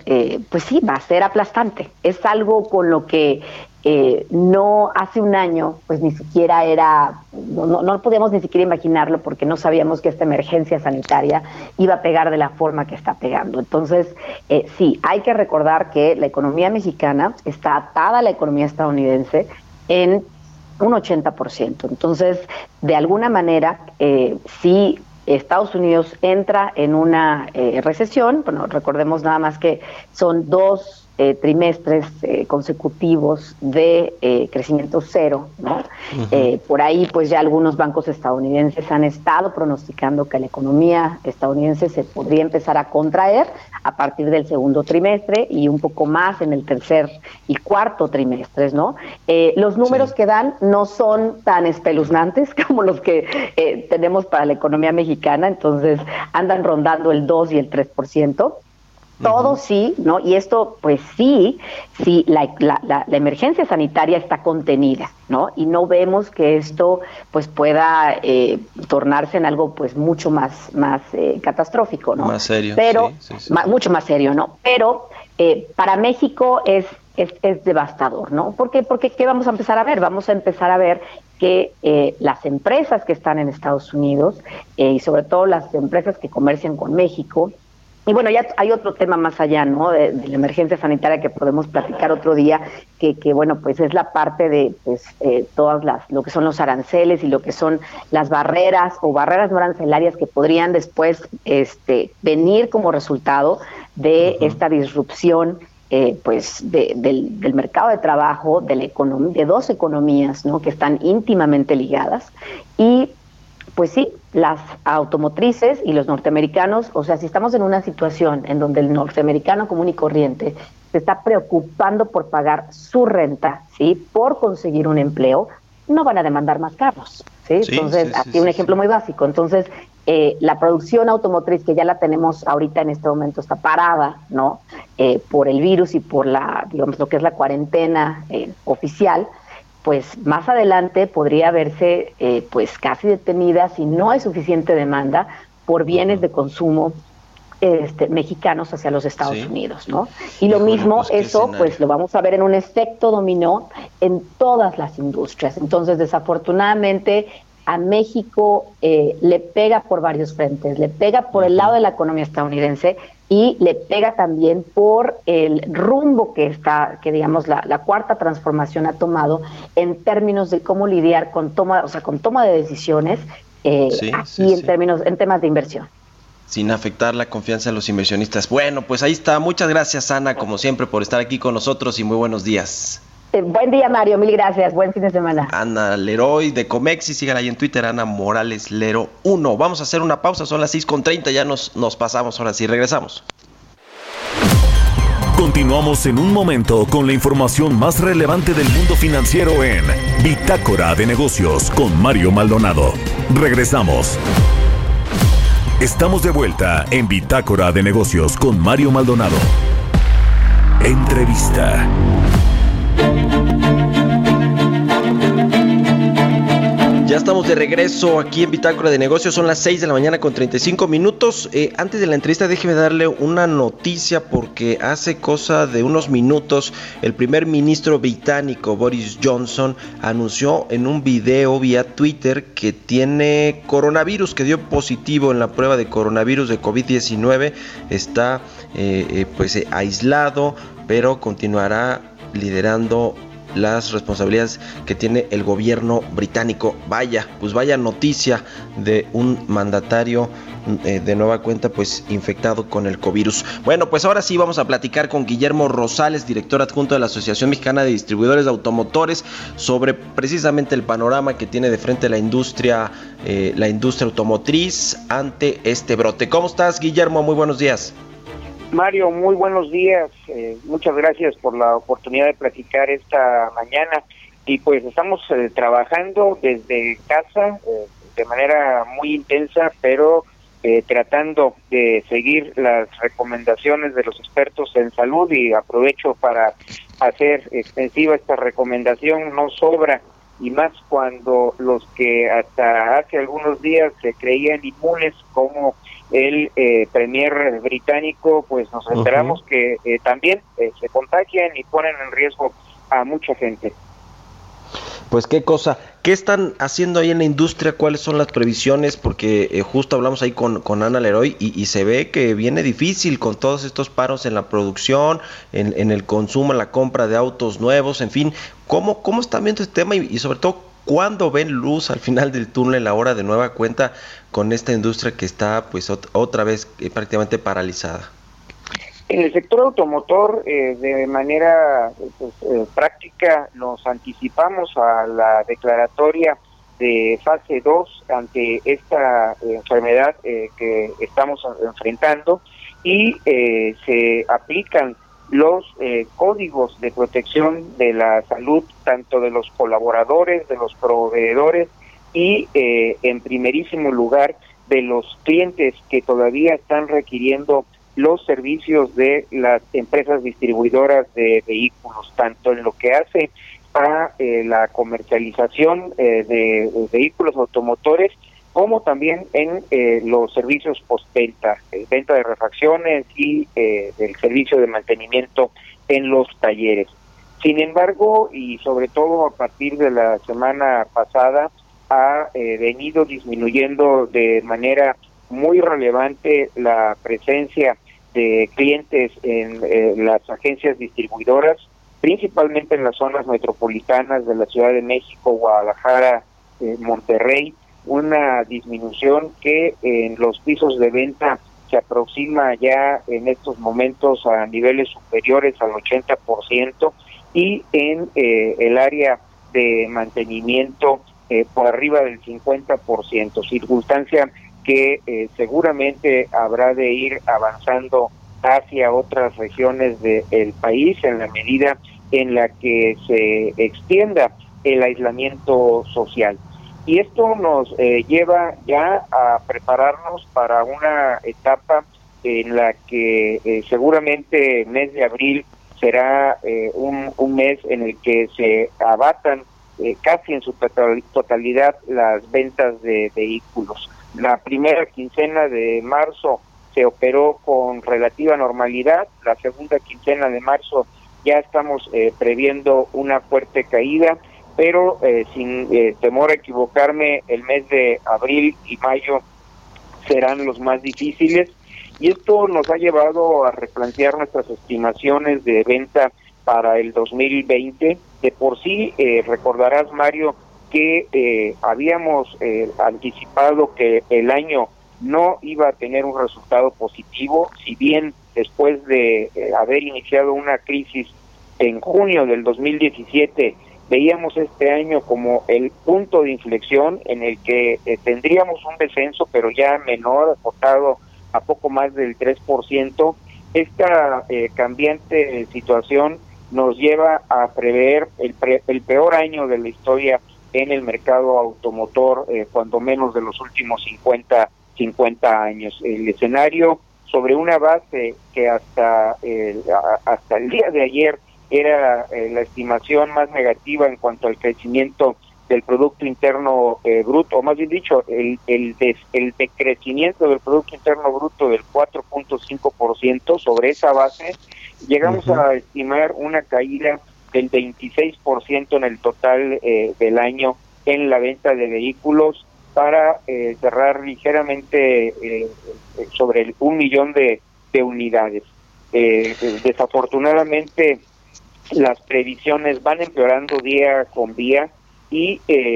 ser aplastante. Es algo con lo que no hace un año, pues ni siquiera no podíamos ni siquiera imaginarlo, porque no sabíamos que esta emergencia sanitaria iba a pegar de la forma que está pegando. Entonces, sí, hay que recordar que la economía mexicana está atada a la economía estadounidense en un 80%. Entonces, de alguna manera, sí, Estados Unidos entra en una recesión. Bueno, recordemos nada más que son 2 trimestres consecutivos de crecimiento cero, ¿no? Por ahí, pues ya algunos bancos estadounidenses han estado pronosticando que la economía estadounidense se podría empezar a contraer a partir del segundo trimestre y un poco más en el tercer y cuarto trimestres, ¿no? Los números que dan no son tan espeluznantes como los que tenemos para la economía mexicana, entonces andan rondando el 2 y el 3%. Todo sí, ¿no? Y esto, pues sí, la emergencia sanitaria está contenida, ¿no? Y no vemos que esto, pues, pueda tornarse en algo, pues, mucho más catastrófico, ¿no? Más serio. Pero, sí. Mucho más serio, ¿no? Pero para México es devastador, ¿no? Porque ¿qué vamos a empezar a ver? Vamos a empezar a ver que las empresas que están en Estados Unidos, y sobre todo las empresas que comercian con México, y bueno, ya hay otro tema más allá, ¿no? De la emergencia sanitaria que podemos platicar otro día, que bueno, pues es la parte de pues todas lo que son los aranceles y lo que son las barreras o barreras no arancelarias que podrían después venir como resultado de esta disrupción pues del mercado de trabajo, de 2 economías, ¿no? Que están íntimamente ligadas. Y pues sí, las automotrices y los norteamericanos, o sea, si estamos en una situación en donde el norteamericano común y corriente se está preocupando por pagar su renta, ¿sí? Por conseguir un empleo, no van a demandar más carros, ¿sí? ¿sí? Entonces, así un ejemplo muy básico. Entonces, la producción automotriz, que ya la tenemos ahorita en este momento, está parada, ¿no? Por el virus y por digamos, lo que es la cuarentena oficial, pues más adelante podría verse pues casi detenida si no hay suficiente demanda por bienes de consumo mexicanos hacia los Estados Unidos, ¿no? Y lo mismo, eso pues lo vamos a ver en un efecto dominó en todas las industrias. Entonces, desafortunadamente, a México le pega por varios frentes, le pega por el lado de la economía estadounidense y le pega también por el rumbo que digamos la cuarta transformación ha tomado en términos de cómo lidiar con toma de decisiones en temas de inversión. Sin afectar la confianza de los inversionistas. Bueno, pues ahí está. Muchas gracias, Ana, como siempre, por estar aquí con nosotros y muy buenos días. Buen día, Mario. Mil gracias. Buen fin de semana. Ana Leroy de Comexi. Síganla ahí en Twitter, Ana Morales Lero 1. Vamos a hacer una pausa. Son las 6:30. Ya nos pasamos. Ahora sí, regresamos. Continuamos en un momento con la información más relevante del mundo financiero en Bitácora de Negocios con Mario Maldonado. Regresamos. Estamos de vuelta en Bitácora de Negocios con Mario Maldonado. Entrevista. Ya estamos de regreso aquí en Bitácora de Negocios, son las 6 de la mañana con 35 minutos. Antes de la entrevista déjeme darle una noticia porque hace cosa de unos minutos el primer ministro británico Boris Johnson anunció en un video vía Twitter que tiene coronavirus, que dio positivo en la prueba de coronavirus de COVID-19, está aislado, pero continuará liderando las responsabilidades que tiene el gobierno británico. Vaya noticia de un mandatario de nueva cuenta pues infectado con el covirus. Bueno, pues ahora sí vamos a platicar con Guillermo Rosales, director adjunto de la Asociación Mexicana de Distribuidores de Automotores, sobre precisamente el panorama que tiene de frente la industria automotriz ante este brote. ¿Cómo estás, Guillermo? Muy buenos días. Mario, muy buenos días. Muchas gracias por la oportunidad de platicar esta mañana. Y pues estamos trabajando desde casa de manera muy intensa, pero tratando de seguir las recomendaciones de los expertos en salud, y aprovecho para hacer extensiva esta recomendación. No sobra, y más cuando los que hasta hace algunos días se creían inmunes, como el premier británico, pues nos enteramos que también se contagian y ponen en riesgo a mucha gente. Pues qué cosa, ¿qué están haciendo ahí en la industria? ¿Cuáles son las previsiones? Porque justo hablamos ahí con Ana Leroy y se ve que viene difícil con todos estos paros en la producción, en el consumo, en la compra de autos nuevos, en fin. ¿Cómo están viendo este tema y sobre todo cuándo ven luz al final del túnel ahora de nueva cuenta con esta industria que está pues otra vez prácticamente paralizada? En el sector automotor, de manera práctica, nos anticipamos a la declaratoria de fase 2 ante esta enfermedad que estamos enfrentando, y se aplican los códigos de protección de la salud, tanto de los colaboradores, de los proveedores y en primerísimo lugar de los clientes que todavía están requiriendo los servicios de las empresas distribuidoras de vehículos, tanto en lo que hace a la comercialización de vehículos automotores, como también en los servicios postventa, venta de refacciones y del servicio de mantenimiento en los talleres. Sin embargo, y sobre todo a partir de la semana pasada, ha venido disminuyendo de manera muy relevante la presencia de clientes en las agencias distribuidoras, principalmente en las zonas metropolitanas de la Ciudad de México, Guadalajara, Monterrey, una disminución que en los pisos de venta se aproxima ya en estos momentos a niveles superiores al 80%, y en el área de mantenimiento por arriba del 50%, circunstancia que seguramente habrá de ir avanzando hacia otras regiones del país en la medida en la que se extienda el aislamiento social. y esto nos lleva ya a prepararnos para una etapa en la que seguramente mes de abril será un mes en el que se abatan casi en su totalidad las ventas de vehículos. La primera quincena de marzo se operó con relativa normalidad, la segunda quincena de marzo ya estamos previendo una fuerte caída, pero sin temor a equivocarme, el mes de abril y mayo serán los más difíciles, y esto nos ha llevado a replantear nuestras estimaciones de venta para el 2020. De por sí, recordarás, Mario, que habíamos anticipado que el año no iba a tener un resultado positivo, si bien después de haber iniciado una crisis en junio del 2017, veíamos este año como el punto de inflexión en el que tendríamos un descenso, pero ya menor, acotado a poco más del 3%. Esta cambiante situación nos lleva a prever el peor año de la historia en el mercado automotor, cuando menos de los últimos 50 años. El escenario, sobre una base que hasta el día de ayer era la estimación más negativa en cuanto al crecimiento del Producto Interno Bruto, o más bien dicho, el decrecimiento del Producto Interno Bruto del 4.5%, sobre esa base llegamos a estimar una caída del 26% en el total del año en la venta de vehículos, para cerrar ligeramente sobre el 1 millón de unidades. Desafortunadamente, las previsiones van empeorando día con día, y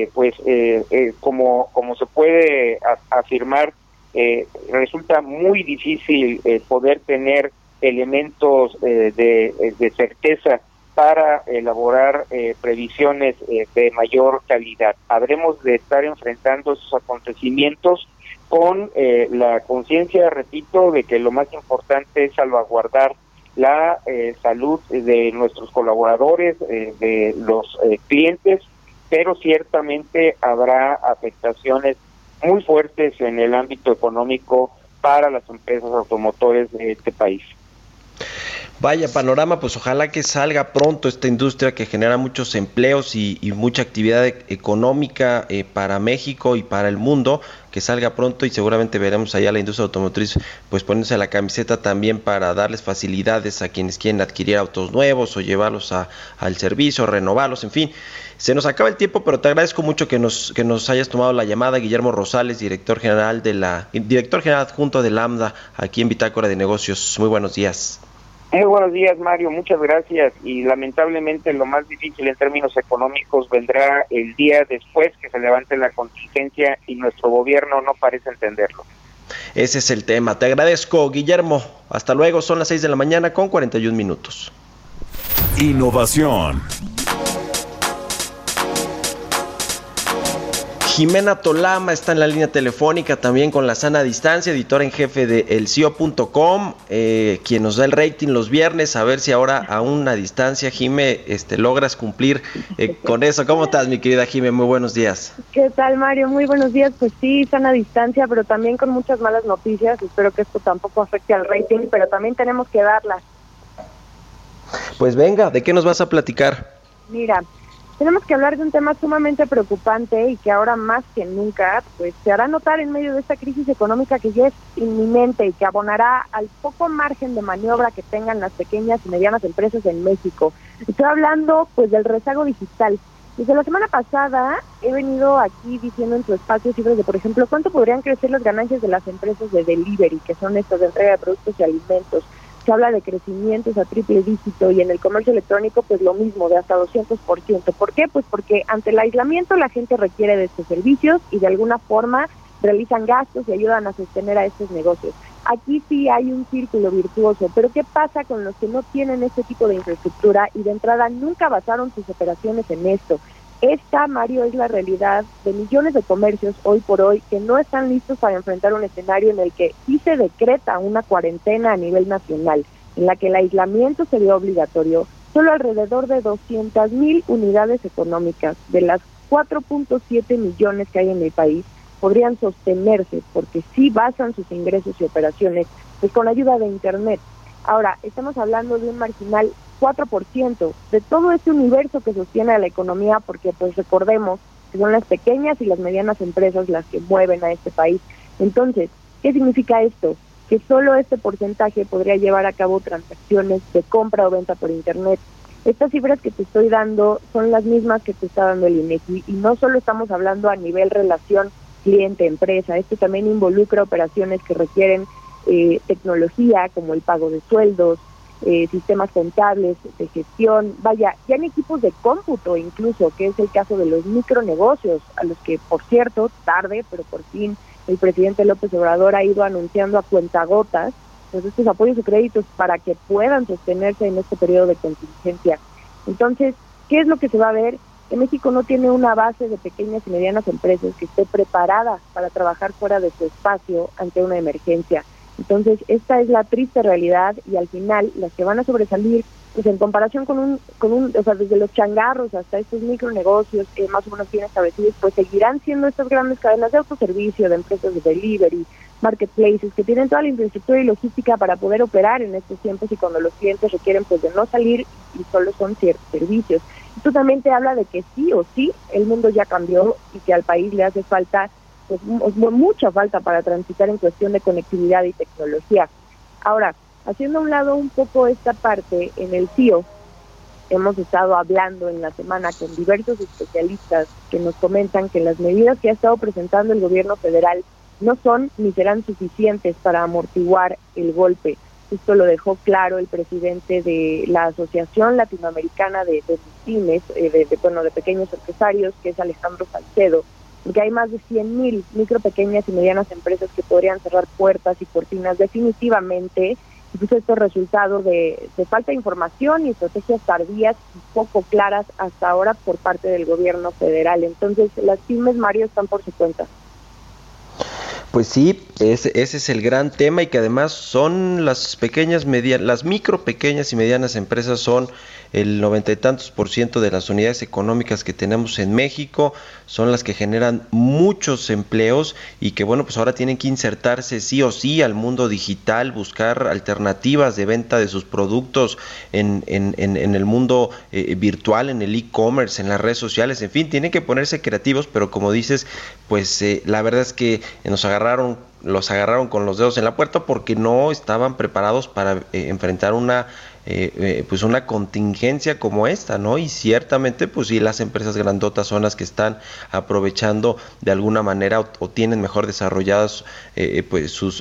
como se puede afirmar, resulta muy difícil poder tener elementos de certeza para elaborar previsiones de mayor calidad. Habremos de estar enfrentando esos acontecimientos con la conciencia, repito, de que lo más importante es salvaguardar la salud de nuestros colaboradores, de los clientes, pero ciertamente habrá afectaciones muy fuertes en el ámbito económico para las empresas automotores de este país. Vaya panorama, pues ojalá que salga pronto esta industria que genera muchos empleos y mucha actividad económica para México y para el mundo, que salga pronto, y seguramente veremos allá la industria automotriz pues ponerse la camiseta también para darles facilidades a quienes quieren adquirir autos nuevos o llevarlos al servicio, renovarlos, en fin. Se nos acaba el tiempo, pero te agradezco mucho que nos hayas tomado la llamada. Guillermo Rosales, director general adjunto de Lambda, aquí en Bitácora de Negocios. Muy buenos días. Muy buenos días, Mario, muchas gracias. Y lamentablemente lo más difícil en términos económicos vendrá el día después que se levante la contingencia, y nuestro gobierno no parece entenderlo. Ese es el tema. Te agradezco, Guillermo. Hasta luego, son las 6 de la mañana con 41 minutos. Innovación. Jimena Tolama está en la línea telefónica también con la sana distancia, editora en jefe de elcio.com, quien nos da el rating los viernes, a ver si ahora a una distancia, Jime, logras cumplir con eso. ¿Cómo estás, mi querida Jime? Muy buenos días. ¿Qué tal, Mario? Muy buenos días. Pues sí, sana distancia, pero también con muchas malas noticias. Espero que esto tampoco afecte al rating, pero también tenemos que darlas. Pues venga, ¿de qué nos vas a platicar? Mira, tenemos que hablar de un tema sumamente preocupante y que ahora más que nunca pues se hará notar en medio de esta crisis económica que ya es inminente y que abonará al poco margen de maniobra que tengan las pequeñas y medianas empresas en México. Estoy hablando pues del rezago digital. Desde la semana pasada he venido aquí diciendo en tu espacio cifras de, por ejemplo, cuánto podrían crecer las ganancias de las empresas de delivery, que son estas de entrega de productos y alimentos. Se habla de crecimientos a triple dígito, y en el comercio electrónico pues lo mismo, de hasta 200%. ¿Por qué? Pues porque ante el aislamiento la gente requiere de estos servicios y de alguna forma realizan gastos y ayudan a sostener a estos negocios. Aquí sí hay un círculo virtuoso, pero ¿qué pasa con los que no tienen este tipo de infraestructura y de entrada nunca basaron sus operaciones en esto? Esta, Mario, es la realidad de millones de comercios hoy por hoy que no están listos para enfrentar un escenario en el que sí se decreta una cuarentena a nivel nacional, en la que el aislamiento sería obligatorio. Solo alrededor de 200,000 unidades económicas, de las 4.7 millones que hay en el país podrían sostenerse porque sí basan sus ingresos y operaciones pues con ayuda de Internet. Ahora, estamos hablando de un marginal 4% de todo este universo que sostiene a la economía, porque pues recordemos que son las pequeñas y las medianas empresas las que mueven a este país. Entonces, ¿qué significa esto? Que solo este porcentaje podría llevar a cabo transacciones de compra o venta por Internet. Estas cifras que te estoy dando son las mismas que te está dando el INEGI, y no solo estamos hablando a nivel relación cliente-empresa, esto también involucra operaciones que requieren tecnología, como el pago de sueldos, sistemas contables, de gestión, ya en equipos de cómputo incluso, que es el caso de los micronegocios, a los que, por cierto, tarde, pero por fin, el presidente López Obrador ha ido anunciando a cuentagotas pues estos apoyos y créditos para que puedan sostenerse en este periodo de contingencia. Entonces, ¿qué es lo que se va a ver? Que México no tiene una base de pequeñas y medianas empresas que esté preparada para trabajar fuera de su espacio ante una emergencia. Entonces, esta es la triste realidad, y al final las que van a sobresalir, pues en comparación con un, o sea, desde los changarros hasta estos micronegocios más o menos bien establecidos, pues seguirán siendo estas grandes cadenas de autoservicio, de empresas de delivery, marketplaces, que tienen toda la infraestructura y logística para poder operar en estos tiempos y cuando los clientes requieren pues de no salir y solo son ciertos servicios. Esto también te habla de que sí o sí el mundo ya cambió y que al país le hace falta pues mucha falta para transitar en cuestión de conectividad y tecnología. Ahora, haciendo a un lado un poco esta parte, en el CIO hemos estado hablando en la semana con diversos especialistas que nos comentan que las medidas que ha estado presentando el gobierno federal no son ni serán suficientes para amortiguar el golpe. Esto lo dejó claro el presidente de la Asociación Latinoamericana de Pymes, de pequeños empresarios, que es Alejandro Salcedo, porque hay más de 100,000 micro, pequeñas y medianas empresas que podrían cerrar puertas y cortinas definitivamente, y pues esto es resultado de falta de información y estrategias tardías y poco claras hasta ahora por parte del gobierno federal. Entonces, las pymes, Mario, están por su cuenta. Pues sí, ese es el gran tema, y que además son las micro, pequeñas y medianas empresas son el 90 y tantos % de las unidades económicas que tenemos en México, son las que generan muchos empleos y que bueno, pues ahora tienen que insertarse sí o sí al mundo digital, buscar alternativas de venta de sus productos en el mundo virtual, en el e-commerce, en las redes sociales, en fin, tienen que ponerse creativos, pero como dices, pues la verdad es que los agarraron con los dedos en la puerta porque no estaban preparados para enfrentar una contingencia como esta, ¿no? Y ciertamente, pues sí, las empresas grandotas son las que están aprovechando de alguna manera o tienen mejor desarrollados pues sus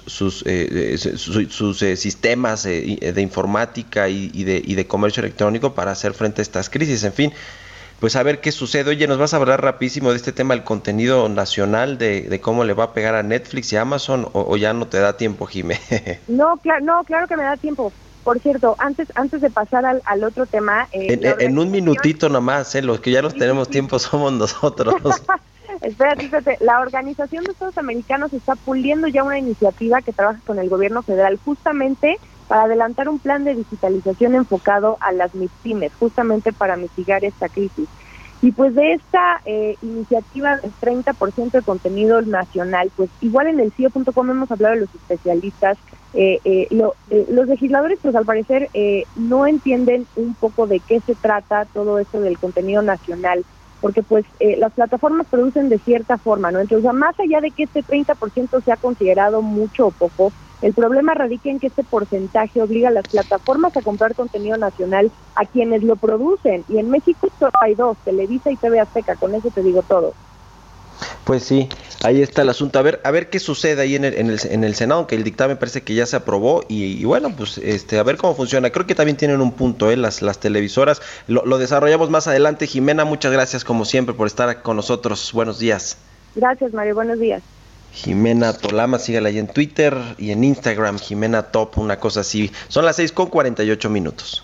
sistemas de informática y de comercio electrónico para hacer frente a estas crisis. En fin, pues a ver qué sucede. Oye, nos vas a hablar rapidísimo de este tema del contenido nacional, de cómo le va a pegar a Netflix y Amazon, o ya no te da tiempo, Jimé. No, claro que me da tiempo. Por cierto, antes de pasar al otro tema... en un minutito nomás, los que ya los tenemos tiempo somos nosotros. Espérate, la Organización de Estados Americanos está puliendo ya una iniciativa que trabaja con el gobierno federal justamente para adelantar un plan de digitalización enfocado a las MIPYMES, justamente para mitigar esta crisis. Y pues de esta iniciativa del 30% de contenido nacional, pues igual en el CIO.com hemos hablado de los especialistas. Los legisladores, pues al parecer no entienden un poco de qué se trata todo esto del contenido nacional, porque pues las plataformas producen de cierta forma, ¿no? Entonces, más allá de que este 30% sea considerado mucho o poco, el problema radica en que este porcentaje obliga a las plataformas a comprar contenido nacional a quienes lo producen, y en México solo hay dos, Televisa y TV Azteca, con eso te digo todo. Pues sí, ahí está el asunto. A ver qué sucede ahí en el Senado, aunque el dictamen parece que ya se aprobó y bueno, pues a ver cómo funciona. Creo que también tienen un punto, las televisoras. Lo desarrollamos más adelante. Jimena, muchas gracias como siempre por estar con nosotros. Buenos días. Gracias, Mario. Buenos días. Jimena Tolama, sígala ahí en Twitter y en Instagram, Jimena Top, una cosa así. Son las 6:48.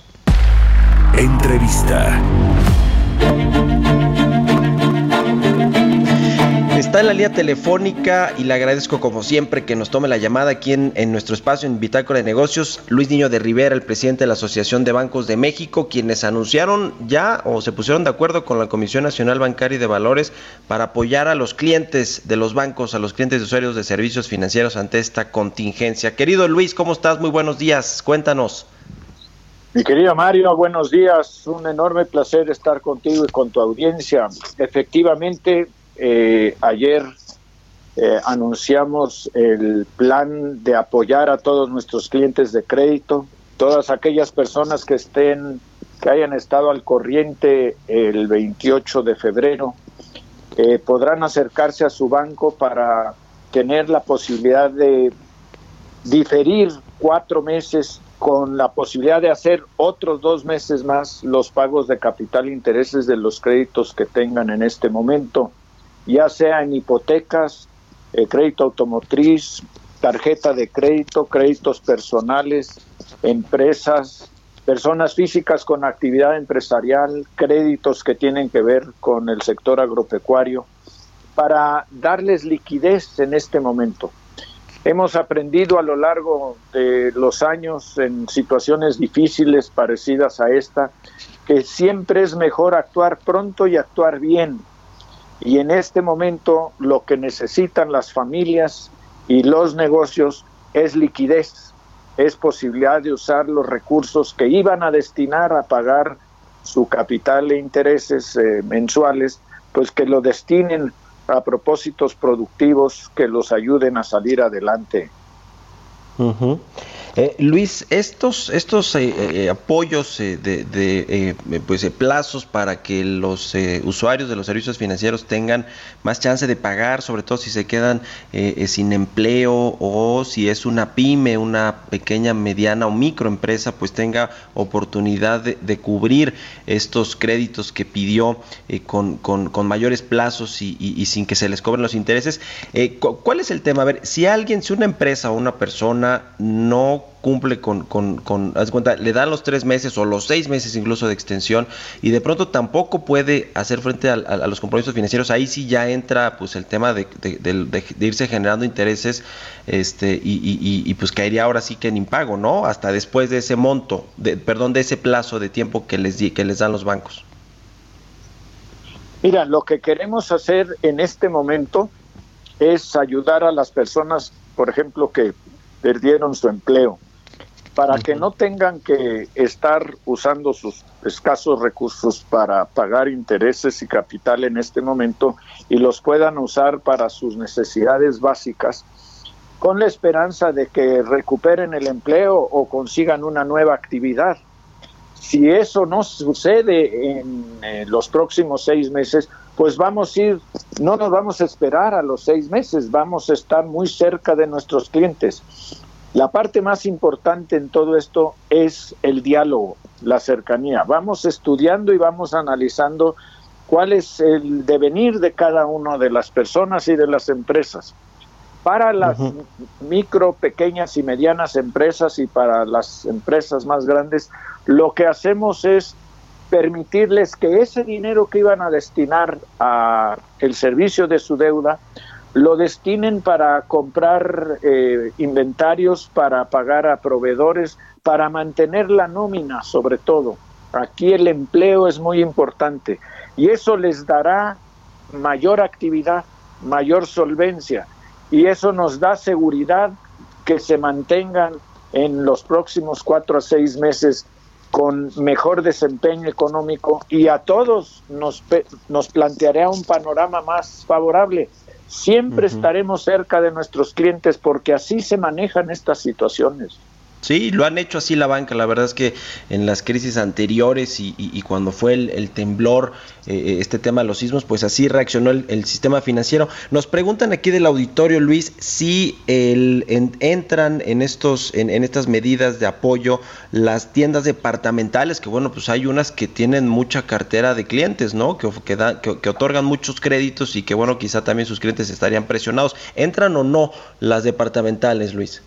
Entrevista. Está en la línea telefónica y le agradezco como siempre que nos tome la llamada aquí en nuestro espacio en Bitácora de Negocios, Luis Niño de Rivera, el presidente de la Asociación de Bancos de México, quienes anunciaron ya o se pusieron de acuerdo con la Comisión Nacional Bancaria y de Valores para apoyar a los clientes de los bancos, a los clientes de usuarios de servicios financieros ante esta contingencia. Querido Luis, ¿cómo estás? Muy buenos días, cuéntanos. Mi querido Mario, buenos días, un enorme placer estar contigo y con tu audiencia. Efectivamente, ayer anunciamos el plan de apoyar a todos nuestros clientes de crédito, todas aquellas personas que hayan estado al corriente el 28 de febrero, podrán acercarse a su banco para tener la posibilidad de diferir 4 meses con la posibilidad de hacer otros 2 meses más los pagos de capital e intereses de los créditos que tengan en este momento, ya sea en hipotecas, crédito automotriz, tarjeta de crédito, créditos personales, empresas, personas físicas con actividad empresarial, créditos que tienen que ver con el sector agropecuario, para darles liquidez en este momento. Hemos aprendido a lo largo de los años en situaciones difíciles parecidas a esta, que siempre es mejor actuar pronto y actuar bien. Y en este momento lo que necesitan las familias y los negocios es liquidez, es posibilidad de usar los recursos que iban a destinar a pagar su capital e intereses mensuales, pues que lo destinen a propósitos productivos que los ayuden a salir adelante. Uh-huh. Luis, estos apoyos de plazos para que los usuarios de los servicios financieros tengan más chance de pagar, sobre todo si se quedan sin empleo o si es una pyme, una pequeña, mediana o microempresa, pues tenga oportunidad de cubrir estos créditos que pidió con mayores plazos y sin que se les cobren los intereses. ¿Cuál es el tema? A ver, si una empresa o una persona no cumple haz cuenta, le dan los 3 meses o los 6 meses incluso de extensión y de pronto tampoco puede hacer frente a los compromisos financieros, ahí sí ya entra pues el tema de irse generando intereses y pues caería ahora sí que en impago, ¿no? Hasta después de ese monto, de ese plazo de tiempo que les dan los bancos. Mira, lo que queremos hacer en este momento es ayudar a las personas, por ejemplo, que perdieron su empleo, para que no tengan que estar usando sus escasos recursos para pagar intereses y capital en este momento y los puedan usar para sus necesidades básicas, con la esperanza de que recuperen el empleo o consigan una nueva actividad. Si eso no sucede en los próximos 6 meses, pues no nos vamos a esperar a los 6 meses, vamos a estar muy cerca de nuestros clientes. La parte más importante en todo esto es el diálogo, la cercanía. Vamos estudiando y vamos analizando cuál es el devenir de cada una de las personas y de las empresas. Para las micro, pequeñas y medianas empresas y para las empresas más grandes, lo que hacemos es permitirles que ese dinero que iban a destinar a el servicio de su deuda, lo destinen para comprar inventarios, para pagar a proveedores, para mantener la nómina sobre todo. Aquí el empleo es muy importante y eso les dará mayor actividad, mayor solvencia y eso nos da seguridad que se mantengan en los próximos 4 a 6 meses con mejor desempeño económico y a todos nos planteará un panorama más favorable. Siempre estaremos cerca de nuestros clientes porque así se manejan estas situaciones. Sí, lo han hecho así la banca, la verdad es que en las crisis anteriores y cuando fue el temblor, este tema de los sismos, pues así reaccionó el sistema financiero. Nos preguntan aquí del auditorio, Luis, si entran en estas medidas de apoyo las tiendas departamentales, que bueno, pues hay unas que tienen mucha cartera de clientes, ¿no? Que otorgan muchos créditos y que bueno, quizá también sus clientes estarían presionados. ¿Entran o no las departamentales, Luis?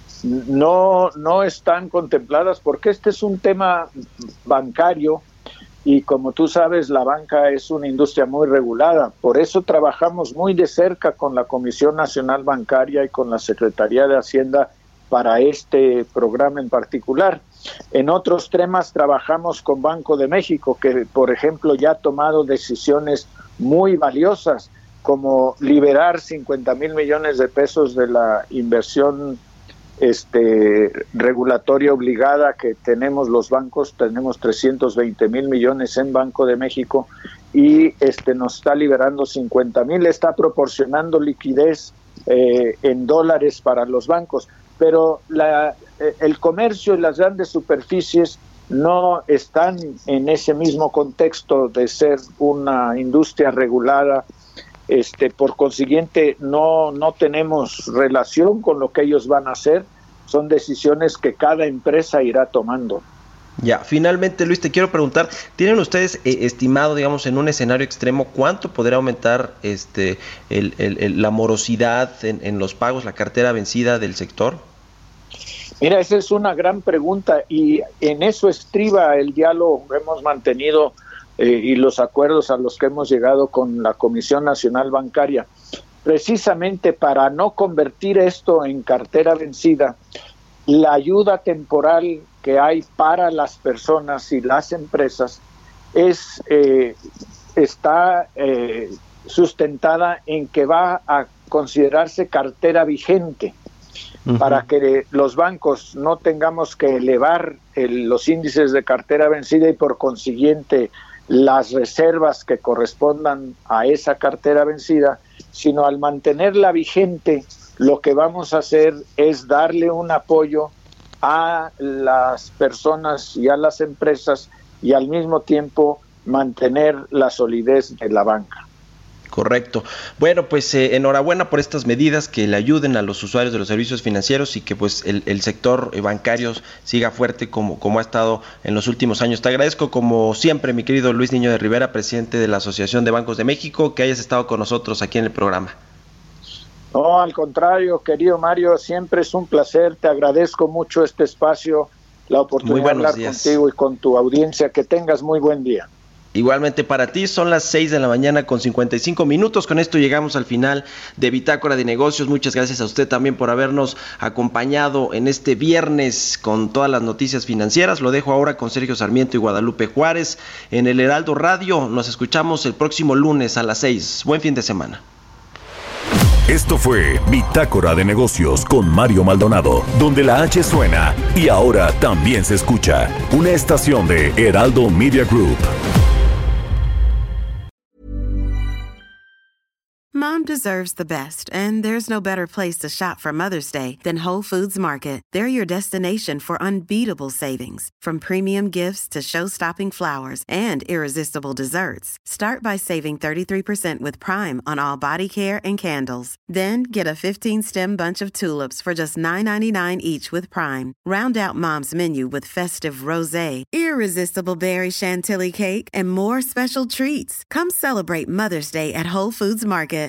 No están contempladas porque este es un tema bancario y como tú sabes, la banca es una industria muy regulada. Por eso trabajamos muy de cerca con la Comisión Nacional Bancaria y con la Secretaría de Hacienda para este programa en particular. En otros temas trabajamos con Banco de México, que por ejemplo ya ha tomado decisiones muy valiosas, como liberar 50,000 millones de pesos de la inversión regulatoria obligada que tenemos los bancos. Tenemos 320,000 millones en Banco de México y nos está liberando 50,000, está proporcionando liquidez en dólares para los bancos, pero el comercio y las grandes superficies no están en ese mismo contexto de ser una industria regulada. Por consiguiente, no tenemos relación con lo que ellos van a hacer. Son decisiones que cada empresa irá tomando. Ya, finalmente, Luis, te quiero preguntar, ¿tienen ustedes estimado, digamos, en un escenario extremo, cuánto podría aumentar la morosidad en los pagos, la cartera vencida del sector? Mira, esa es una gran pregunta y en eso estriba el diálogo que hemos mantenido y los acuerdos a los que hemos llegado con la Comisión Nacional Bancaria. Precisamente para no convertir esto en cartera vencida, la ayuda temporal que hay para las personas y las empresas está sustentada en que va a considerarse cartera vigente. Para que los bancos no tengamos que elevar los índices de cartera vencida y por consiguiente las reservas que correspondan a esa cartera vencida, sino al mantenerla vigente, lo que vamos a hacer es darle un apoyo a las personas y a las empresas y al mismo tiempo mantener la solidez de la banca. Correcto. Bueno, pues enhorabuena por estas medidas que le ayuden a los usuarios de los servicios financieros y que pues el sector bancario siga fuerte como ha estado en los últimos años. Te agradezco como siempre, mi querido Luis Niño de Rivera, presidente de la Asociación de Bancos de México, que hayas estado con nosotros aquí en el programa. No, al contrario, querido Mario, siempre es un placer. Te agradezco mucho este espacio, la oportunidad de hablar contigo y con tu audiencia. Que tengas muy buen día. Igualmente para ti, son las 6 de la mañana con 55 minutos. Con esto llegamos al final de Bitácora de Negocios. Muchas gracias a usted también por habernos acompañado en este viernes con todas las noticias financieras. Lo dejo ahora con Sergio Sarmiento y Guadalupe Juárez en el Heraldo Radio. Nos escuchamos el próximo lunes a las 6. Buen fin de semana. Esto fue Bitácora de Negocios con Mario Maldonado, donde la H suena y ahora también se escucha. Una estación de Heraldo Media Group. Mom deserves the best, and there's no better place to shop for Mother's Day than Whole Foods Market. They're your destination for unbeatable savings, from premium gifts to show-stopping flowers and irresistible desserts. Start by saving 33% with Prime on all body care and candles. Then get a 15-stem bunch of tulips for just $9.99 each with Prime. Round out Mom's menu with festive rosé, irresistible berry chantilly cake, and more special treats. Come celebrate Mother's Day at Whole Foods Market.